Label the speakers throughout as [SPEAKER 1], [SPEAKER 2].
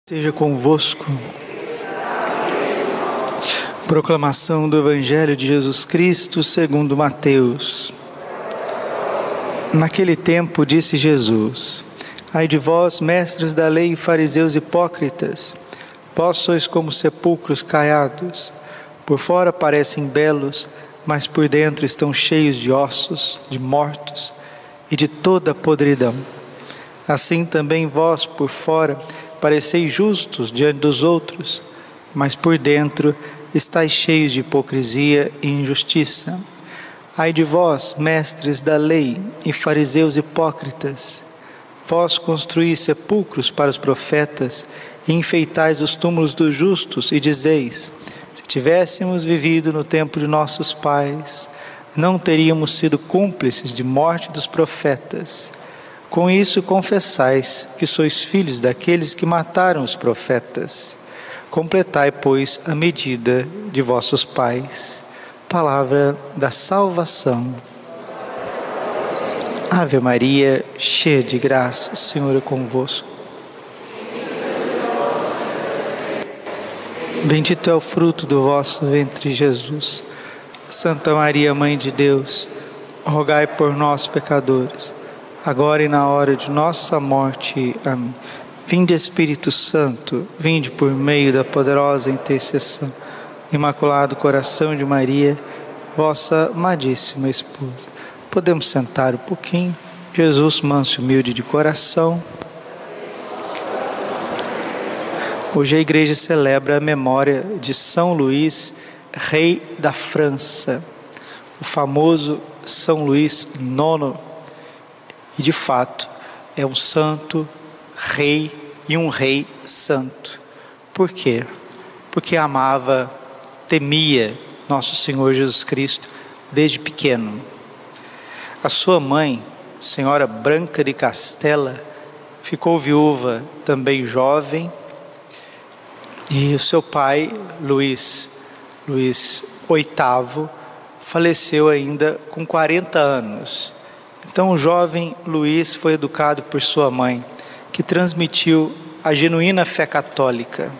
[SPEAKER 1] Seja convosco. Proclamação do Evangelho de Jesus Cristo segundo Mateus. Naquele tempo disse Jesus: Ai de vós, mestres da lei, fariseus hipócritas, vós sois como sepulcros caiados. Por fora parecem belos, mas por dentro estão cheios de ossos, de mortos e de toda podridão. Assim também vós, por fora, pareceis justos diante dos outros, mas por dentro estáis cheios de hipocrisia e injustiça. Ai de vós, mestres da lei e fariseus hipócritas, vós construís sepulcros para os profetas e enfeitais os túmulos dos justos e dizeis: se tivéssemos vivido no tempo de nossos pais, não teríamos sido cúmplices de morte dos profetas. Com isso confessais que sois filhos daqueles que mataram os profetas. Completai, pois, a medida de vossos pais. Palavra da salvação. Ave Maria, cheia de graça, o Senhor é convosco. Bendito é o fruto do vosso ventre, Jesus. Santa Maria, Mãe de Deus, rogai por nós, pecadores, agora e na hora de nossa morte. Amém. Vinde, Espírito Santo, vinde por meio da poderosa intercessão. Imaculado coração de Maria, vossa amadíssima esposa. Podemos sentar um pouquinho. Jesus, manso e humilde de coração. Hoje a igreja celebra a memória de São Luís, rei da França. O famoso São Luís IX. E de fato, é um santo rei e um rei santo. Por quê? Porque amava, temia nosso Senhor Jesus Cristo desde pequeno. A sua mãe, Senhora Branca de Castela, ficou viúva também jovem. E o seu pai, Luís VIII, faleceu ainda com 40 anos. Então o jovem Luís foi educado por sua mãe, que transmitiu a genuína fé católica.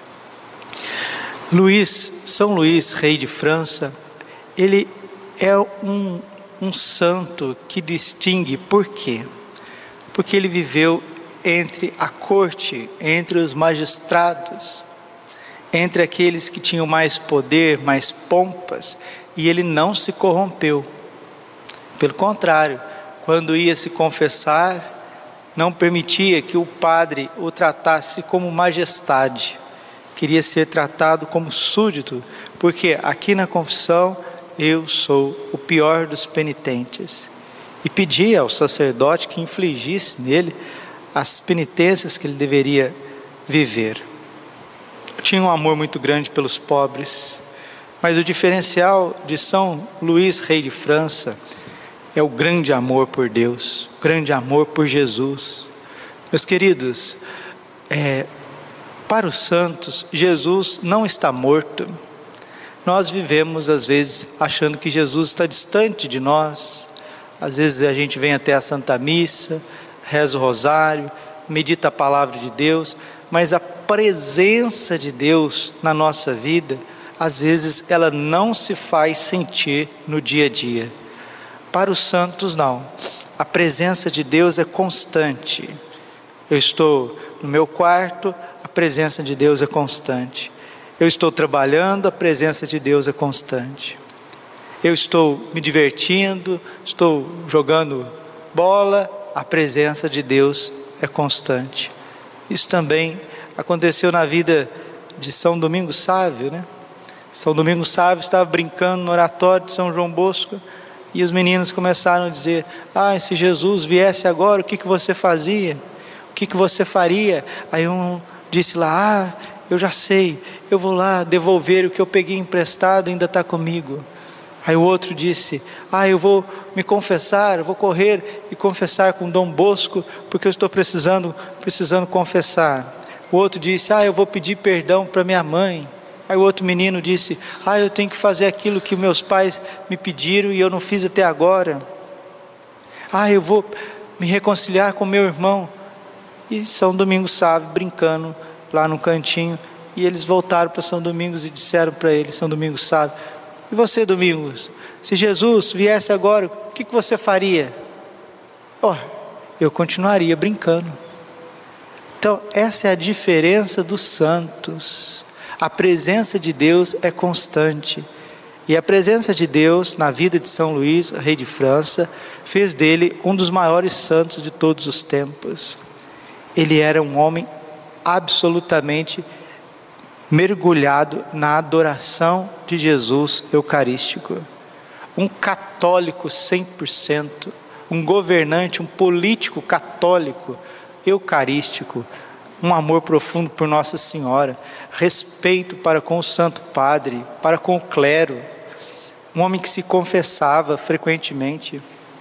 [SPEAKER 1] São Luís, rei de França, ele é um santo que distingue. Por quê? Porque ele viveu entre a corte, entre os magistrados, entre aqueles que tinham mais poder, mais pompas, e ele não se corrompeu. Pelo contrário, quando ia se confessar, não permitia que o padre o tratasse como majestade. Queria ser tratado como súdito, porque aqui na confissão eu sou o pior dos penitentes. E pedia ao sacerdote que infligisse nele as penitências que ele deveria viver. Tinha um amor muito grande pelos pobres, mas o diferencial de São Luís, rei de França, é o grande amor por Deus, o grande amor por Jesus. Meus queridos, para os santos, Jesus não está morto. Nós vivemos às vezes achando que Jesus está distante de nós. Às vezes a gente vem até a Santa Missa, reza o rosário, medita a palavra de Deus, mas a presença de Deus na nossa vida, às vezes ela não se faz sentir no dia a dia. Para os santos não, a presença de Deus é constante. Eu estou no meu quarto, a presença de Deus é constante. Eu estou trabalhando, a presença de Deus é constante. Eu estou me divertindo, estou jogando bola, a presença de Deus é constante. Isso também aconteceu na vida de São Domingos Sávio, né? São Domingos Sávio estava brincando no oratório de São João Bosco, e os meninos começaram a dizer: se Jesus viesse agora, o que você fazia? O que você faria? Aí um disse lá: eu já sei, eu vou lá devolver o que eu peguei emprestado, ainda está comigo. Aí o outro disse: eu vou me confessar, eu vou correr e confessar com Dom Bosco, porque eu estou precisando confessar. O outro disse: eu vou pedir perdão para minha mãe. Aí o outro menino disse: eu tenho que fazer aquilo que meus pais me pediram e eu não fiz até agora. Eu vou me reconciliar com meu irmão. E São Domingos Sávio, brincando lá no cantinho, e eles voltaram para São Domingos e disseram para ele: São Domingos sabe, e você, Domingos, se Jesus viesse agora, o que você faria? Eu continuaria brincando. Então essa é a diferença dos santos. A presença de Deus é constante, e a presença de Deus na vida de São Luís, rei de França, fez dele um dos maiores santos de todos os tempos. Ele era um homem absolutamente mergulhado na adoração de Jesus eucarístico, um católico 100%, um governante, um político católico eucarístico, um amor profundo por Nossa Senhora, respeito para com o Santo Padre, para com o clero, um homem que se confessava frequentemente.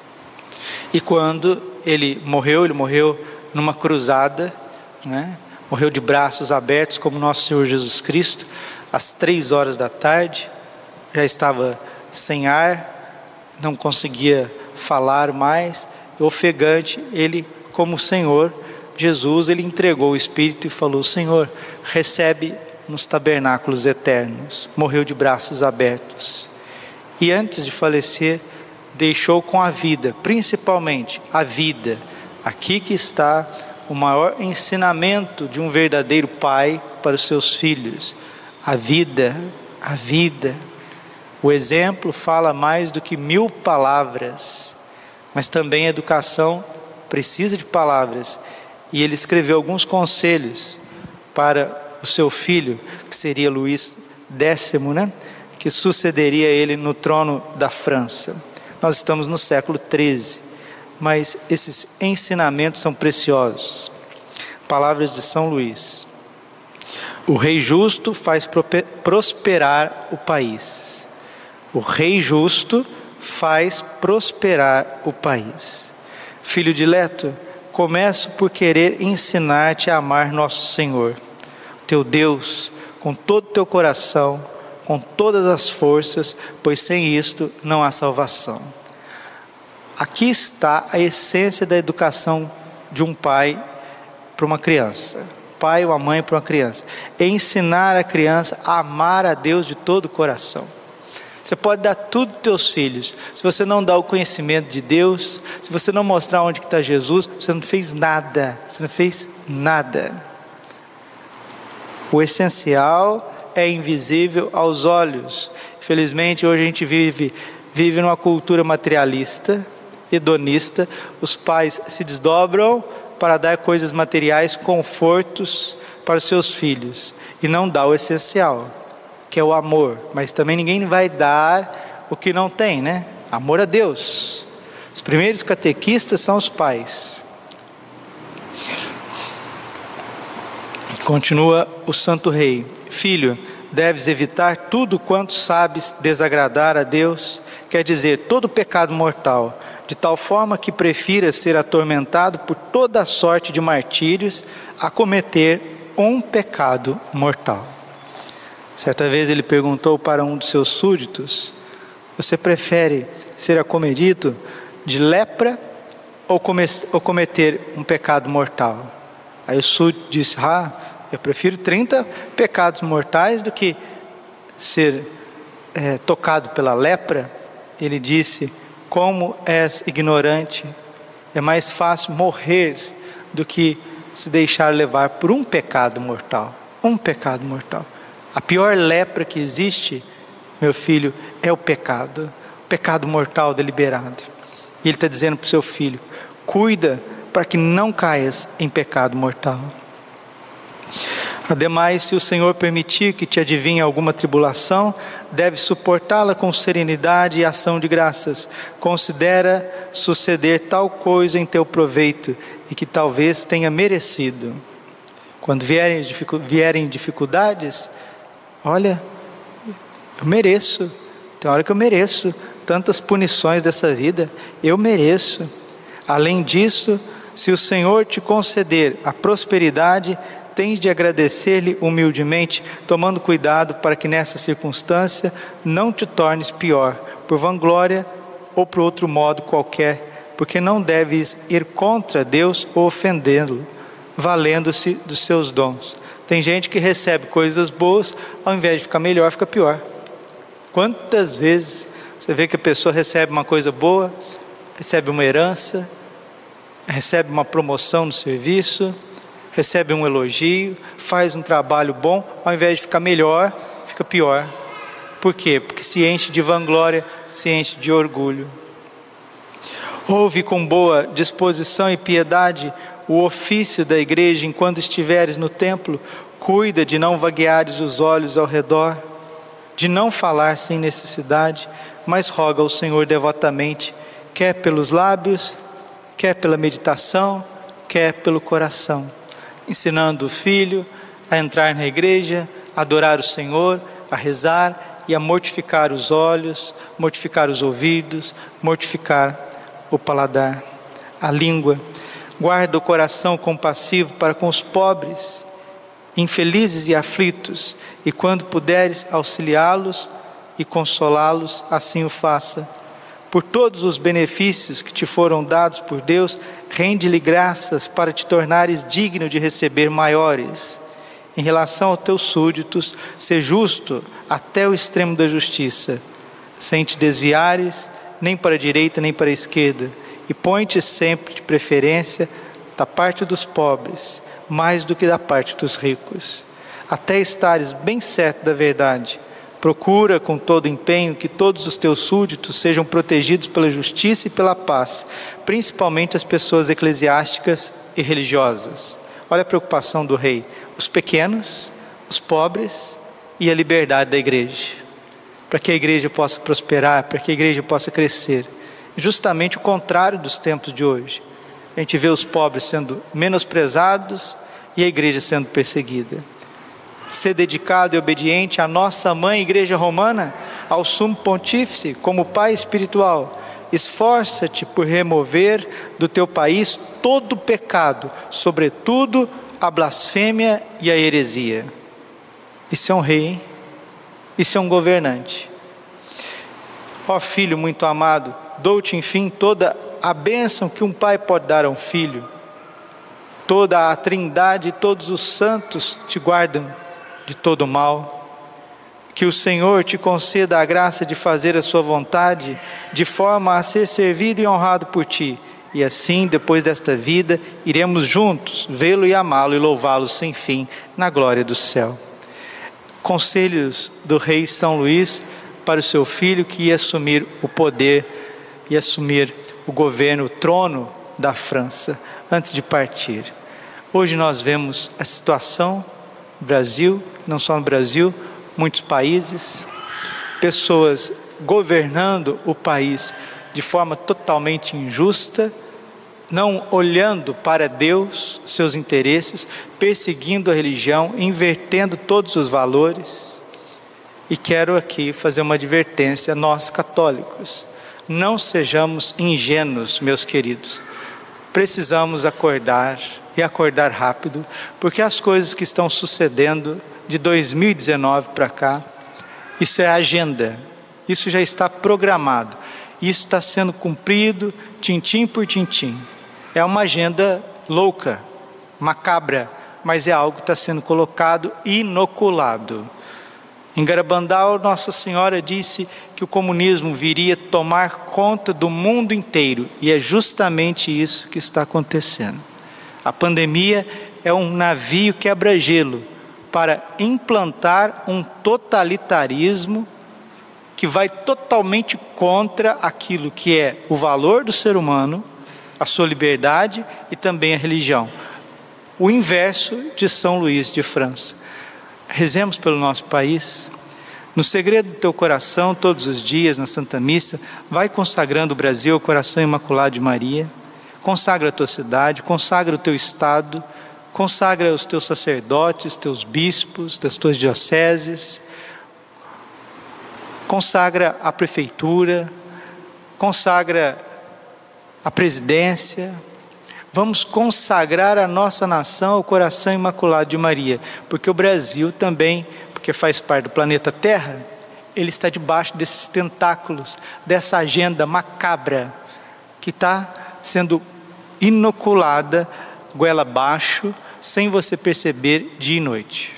[SPEAKER 1] E quando ele morreu numa cruzada, né? Morreu de braços abertos como nosso Senhor Jesus Cristo, às 3 da tarde, já estava sem ar, não conseguia falar mais, ofegante. Ele, como Senhor Jesus, ele entregou o Espírito e falou: Senhor, recebe nos tabernáculos eternos. Morreu de braços abertos, e antes de falecer, deixou com a vida, principalmente a vida. Aqui que está o maior ensinamento de um verdadeiro pai para os seus filhos: a vida, a vida. O exemplo fala mais do que 1000 palavras, mas também a educação precisa de palavras. E ele escreveu alguns conselhos para o seu filho, que seria Luís X, né? Que sucederia ele no trono da França. Nós estamos no século XIII, mas esses ensinamentos são preciosos. Palavras de São Luís: o rei justo faz prosperar o país. O rei justo faz prosperar o país. Filho dileto, começo por querer ensinar-te a amar nosso Senhor, teu Deus, com todo o teu coração, com todas as forças, pois sem isto não há salvação. Aqui está a essência da educação de um pai para uma criança, pai ou a mãe para uma criança: é ensinar a criança a amar a Deus de todo o coração. Você pode dar tudo para os teus filhos, se você não dá o conhecimento de Deus, se você não mostrar onde está Jesus, você não fez nada, você não fez nada. O essencial é invisível aos olhos. Infelizmente hoje a gente vive numa cultura materialista, hedonista. Os pais se desdobram para dar coisas materiais, confortos para os seus filhos, e não dá o essencial, que é o amor. Mas também ninguém vai dar o que não tem, né? Amor a Deus. Os primeiros catequistas são os pais. Continua o santo rei: filho, deves evitar tudo quanto sabes desagradar a Deus, quer dizer, todo pecado mortal, de tal forma que prefiras ser atormentado por toda a sorte de martírios a cometer um pecado mortal. Certa vez ele perguntou para um dos seus súditos: você prefere ser acometido de lepra ou cometer um pecado mortal? Aí o súdito disse: eu prefiro 30 pecados mortais do que ser tocado pela lepra. Ele disse: como és ignorante, é mais fácil morrer do que se deixar levar por um pecado mortal. Um pecado mortal. A pior lepra que existe, meu filho, é o pecado mortal deliberado. E ele está dizendo para o seu filho: cuida para que não caias em pecado mortal. Ademais, se o Senhor permitir que te adivinhe alguma tribulação, deve suportá-la com serenidade e ação de graças. Considera suceder tal coisa em teu proveito e que talvez tenha merecido. Quando vierem dificuldades, olha, eu mereço. Tem hora que eu mereço tantas punições dessa vida, eu mereço. Além disso, se o Senhor te conceder a prosperidade, tens de agradecer-lhe humildemente, tomando cuidado para que nessa circunstância não te tornes pior, por vanglória ou por outro modo qualquer, porque não deves ir contra Deus ou ofendê-lo, valendo-se dos seus dons. Tem gente que recebe coisas boas, ao invés de ficar melhor, fica pior. Quantas vezes você vê que a pessoa recebe uma coisa boa, recebe uma herança, recebe uma promoção no serviço, recebe um elogio, faz um trabalho bom, ao invés de ficar melhor, fica pior. Por quê? Porque se enche de vanglória, se enche de orgulho. Ouve com boa disposição e piedade o ofício da igreja enquanto estiveres no templo. Cuida de não vagueares os olhos ao redor, de não falar sem necessidade, mas roga ao Senhor devotamente, quer pelos lábios, quer pela meditação, quer pelo coração, ensinando o filho a entrar na igreja, a adorar o Senhor, a rezar e a mortificar os olhos, mortificar os ouvidos, mortificar o paladar, a língua. Guarda o coração compassivo para com os pobres, infelizes e aflitos, e quando puderes auxiliá-los e consolá-los, assim o faça. Por todos os benefícios que te foram dados por Deus, rende-lhe graças para te tornares digno de receber maiores. Em relação aos teus súditos, ser justo até o extremo da justiça, sem te desviares nem para a direita nem para a esquerda, e põe-te sempre de preferência da parte dos pobres, mais do que da parte dos ricos, até estares bem certo da verdade. Procura com todo empenho que todos os teus súditos sejam protegidos pela justiça e pela paz, principalmente as pessoas eclesiásticas e religiosas. Olha a preocupação do rei: os pequenos, os pobres e a liberdade da igreja, para que a igreja possa prosperar, para que a igreja possa crescer. Justamente o contrário dos tempos de hoje. A gente vê os pobres sendo menosprezados e a igreja sendo perseguida. Ser dedicado e obediente à nossa mãe Igreja Romana, ao Sumo Pontífice, como pai espiritual. Esforça-te por remover do teu país todo o pecado, sobretudo a blasfêmia e a heresia. Isso é um rei, hein? Isso é um governante. Ó filho muito amado, dou-te enfim toda a bênção que um pai pode dar a um filho. Toda a Trindade e todos os santos te guardam de todo mal. Que o Senhor te conceda a graça de fazer a sua vontade, de forma a ser servido e honrado por ti. E assim, depois desta vida, iremos juntos vê-lo e amá-lo e louvá-lo sem fim na glória do céu. Conselhos do rei São Luís para o seu filho que ia assumir o poder e assumir o governo, o trono da França, antes de partir. Hoje nós vemos a situação no Brasil, não só no Brasil, muitos países, pessoas governando o país de forma totalmente injusta, não olhando para Deus, seus interesses, perseguindo a religião, invertendo todos os valores. E quero aqui fazer uma advertência a nós católicos: não sejamos ingênuos, meus queridos. Precisamos acordar, e acordar rápido, porque as coisas que estão sucedendo de 2019 para cá, isso é agenda, isso já está programado, isso está sendo cumprido tintim por tintim. É uma agenda louca, macabra, mas é algo que está sendo colocado, inoculado. Em Garabandal, Nossa Senhora disse que o comunismo viria tomar conta do mundo inteiro, e é justamente isso que está acontecendo. A pandemia é um navio quebra-gelo para implantar um totalitarismo que vai totalmente contra aquilo que é o valor do ser humano, a sua liberdade e também a religião. O inverso de São Luís de França. Rezemos pelo nosso país. No segredo do teu coração, todos os dias, na Santa Missa, vai consagrando o Brasil ao coração imaculado de Maria. Consagra a tua cidade, consagra o teu estado, consagra os teus sacerdotes, teus bispos, das tuas dioceses, consagra a prefeitura, consagra a presidência. Vamos consagrar a nossa nação ao coração imaculado de Maria, porque o Brasil também, porque faz parte do planeta Terra, ele está debaixo desses tentáculos, dessa agenda macabra, que está sendo inoculada goela abaixo sem você perceber, dia e noite.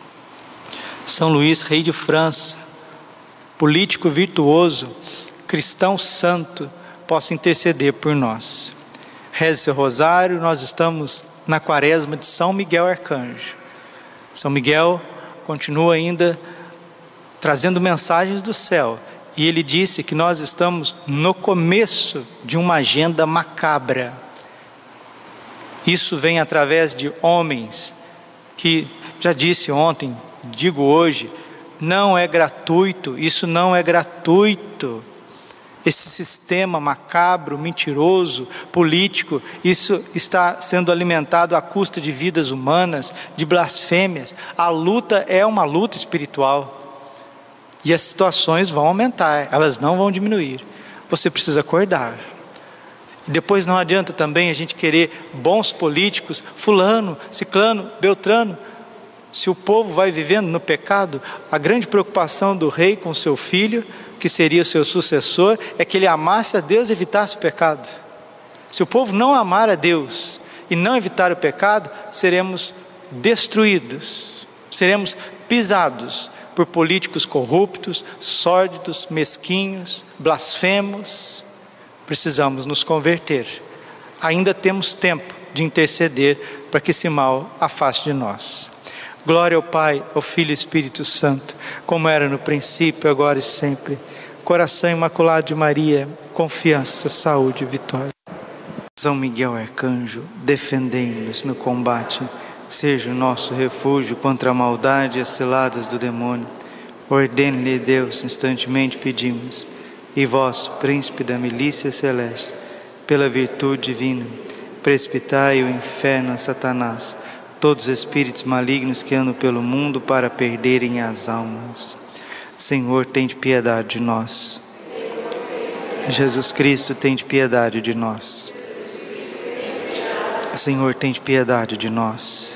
[SPEAKER 1] São Luís, rei de França, político virtuoso, cristão santo, possa interceder por nós. Reze seu rosário. Nós estamos na quaresma de São Miguel Arcanjo. São Miguel continua ainda trazendo mensagens do céu, e ele disse que nós estamos no começo de uma agenda macabra. Isso vem através de homens que, já disse ontem, digo hoje, não é gratuito, isso não é gratuito. Esse sistema macabro, mentiroso, político, isso está sendo alimentado à custa de vidas humanas, de blasfêmias. A luta é uma luta espiritual. E as situações vão aumentar, elas não vão diminuir. Você precisa acordar. E depois não adianta também a gente querer bons políticos, fulano, ciclano, beltrano. Se o povo vai vivendo no pecado, a grande preocupação do rei com seu filho, que seria o seu sucessor, é que ele amasse a Deus e evitasse o pecado. Se o povo não amar a Deus e não evitar o pecado, seremos destruídos, seremos pisados por políticos corruptos, sórdidos, mesquinhos, blasfemos. Precisamos nos converter. Ainda temos tempo de interceder para que esse mal afaste de nós. Glória ao Pai, ao Filho e ao Espírito Santo, como era no princípio, agora e sempre. Coração imaculado de Maria, confiança, saúde e vitória. São Miguel Arcanjo, defendei-nos no combate. Seja o nosso refúgio contra a maldade e as ciladas do demônio. Ordene-lhe Deus, instantemente pedimos. E vós, príncipe da milícia celeste, pela virtude divina, precipitai o inferno a Satanás, todos os espíritos malignos que andam pelo mundo para perderem as almas. Senhor, tende piedade de nós. Jesus Cristo, tende piedade de nós. Senhor, tende piedade de nós.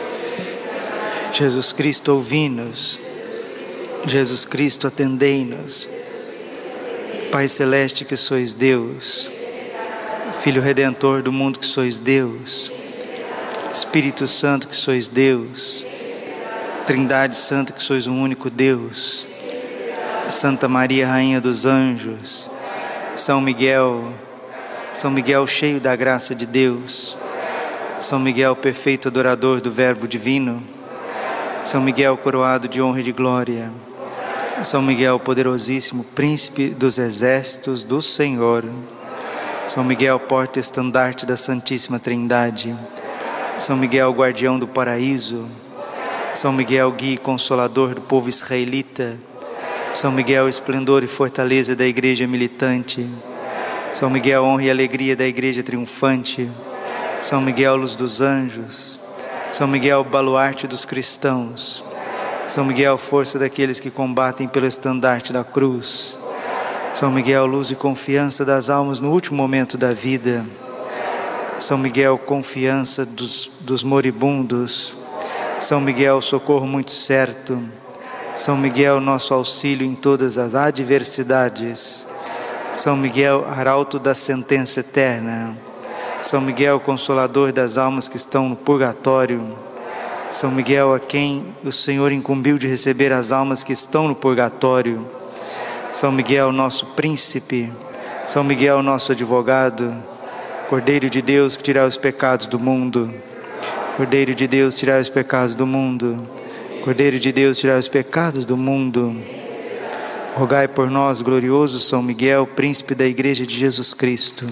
[SPEAKER 1] Jesus Cristo, ouvi-nos. Jesus Cristo, atendei-nos. Pai Celeste, que sois Deus, Filho Redentor do mundo, que sois Deus, Espírito Santo, que sois Deus, Trindade Santa, que sois um único Deus, Santa Maria, Rainha dos Anjos, São Miguel cheio da graça de Deus, São Miguel perfeito adorador do Verbo Divino, São Miguel coroado de honra e de glória, São Miguel poderosíssimo, príncipe dos exércitos do Senhor, São Miguel porta-estandarte da Santíssima Trindade, São Miguel guardião do paraíso, São Miguel guia e consolador do povo israelita, São Miguel esplendor e fortaleza da igreja militante, São Miguel honra e alegria da igreja triunfante, São Miguel luz dos anjos, São Miguel baluarte dos cristãos, São Miguel força daqueles que combatem pelo estandarte da cruz, São Miguel luz e confiança das almas no último momento da vida, São Miguel confiança dos moribundos, São Miguel socorro muito certo, São Miguel nosso auxílio em todas as adversidades, São Miguel arauto da sentença eterna, São Miguel consolador das almas que estão no purgatório, São Miguel a quem o Senhor incumbiu de receber as almas que estão no purgatório, São Miguel nosso príncipe, São Miguel nosso advogado, Cordeiro de Deus que tirai os pecados do mundo, Cordeiro de Deus tirai os pecados do mundo, Cordeiro de Deus tirai os pecados do mundo. Rogai por nós, glorioso São Miguel, príncipe da Igreja de Jesus Cristo.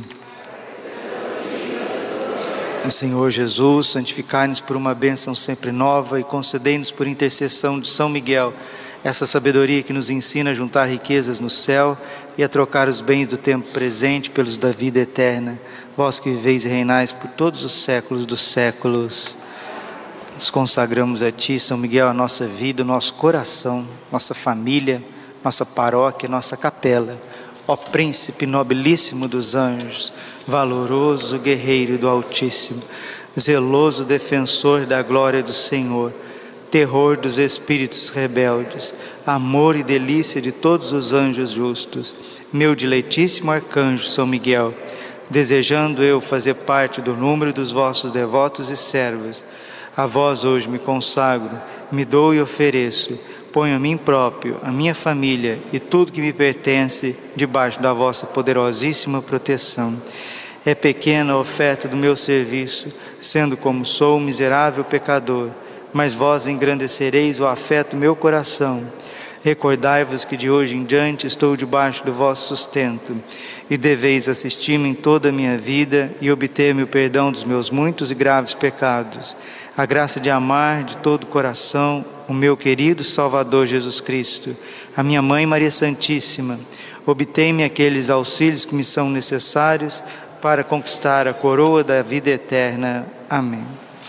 [SPEAKER 1] Senhor Jesus, santificai-nos por uma bênção sempre nova e concedei-nos por intercessão de São Miguel essa sabedoria que nos ensina a juntar riquezas no céu e a trocar os bens do tempo presente pelos da vida eterna. Vós que viveis e reinais por todos os séculos dos séculos. Nos consagramos a Ti, São Miguel, a nossa vida, o nosso coração, nossa família, nossa paróquia, nossa capela. Ó Príncipe nobilíssimo dos anjos, valoroso guerreiro do Altíssimo, zeloso defensor da glória do Senhor, terror dos espíritos rebeldes, amor e delícia de todos os anjos justos, meu diletíssimo arcanjo São Miguel, desejando eu fazer parte do número dos vossos devotos e servos, A vós hoje me consagro, me dou e ofereço, ponho a mim próprio, a minha família e tudo que me pertence debaixo da vossa poderosíssima proteção. É pequena a oferta do meu serviço, sendo como sou um miserável pecador, mas vós engrandecereis o afeto do meu coração. Recordai-vos que de hoje em diante estou debaixo do vosso sustento, e deveis assistir-me em toda a minha vida e obter-me o perdão dos meus muitos e graves pecados, a graça de amar de todo o coração o meu querido Salvador Jesus Cristo, a minha Mãe Maria Santíssima. Obtei-me aqueles auxílios que me são necessários para conquistar a coroa da vida eterna. Amém.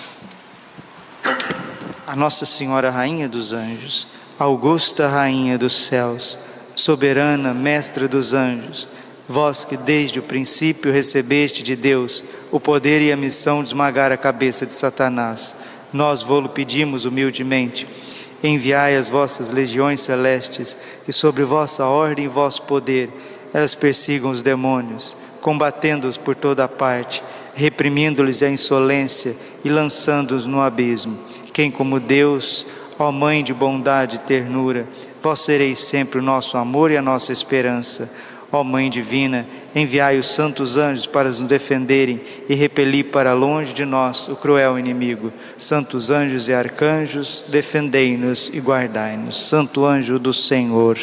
[SPEAKER 1] A Nossa Senhora Rainha dos Anjos, augusta Rainha dos céus, soberana Mestra dos anjos, vós que desde o princípio recebeste de Deus o poder e a missão de esmagar a cabeça de Satanás, nós vô-lo pedimos humildemente. Enviai as vossas legiões celestes, que sobre vossa ordem e vosso poder elas persigam os demônios, combatendo-os por toda a parte, reprimindo-lhes a insolência e lançando-os no abismo. Quem como Deus, ó Mãe de bondade e ternura, vós sereis sempre o nosso amor e a nossa esperança. Ó Mãe divina, enviai os santos anjos para nos defenderem e repelir para longe de nós o cruel inimigo. Santos anjos e arcanjos, defendei-nos e guardai-nos. Santo anjo do Senhor,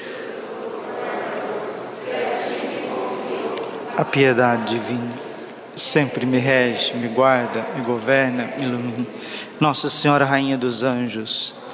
[SPEAKER 1] a piedade divina sempre me rege, me guarda, me governa, me ilumina. Nossa Senhora Rainha dos Anjos,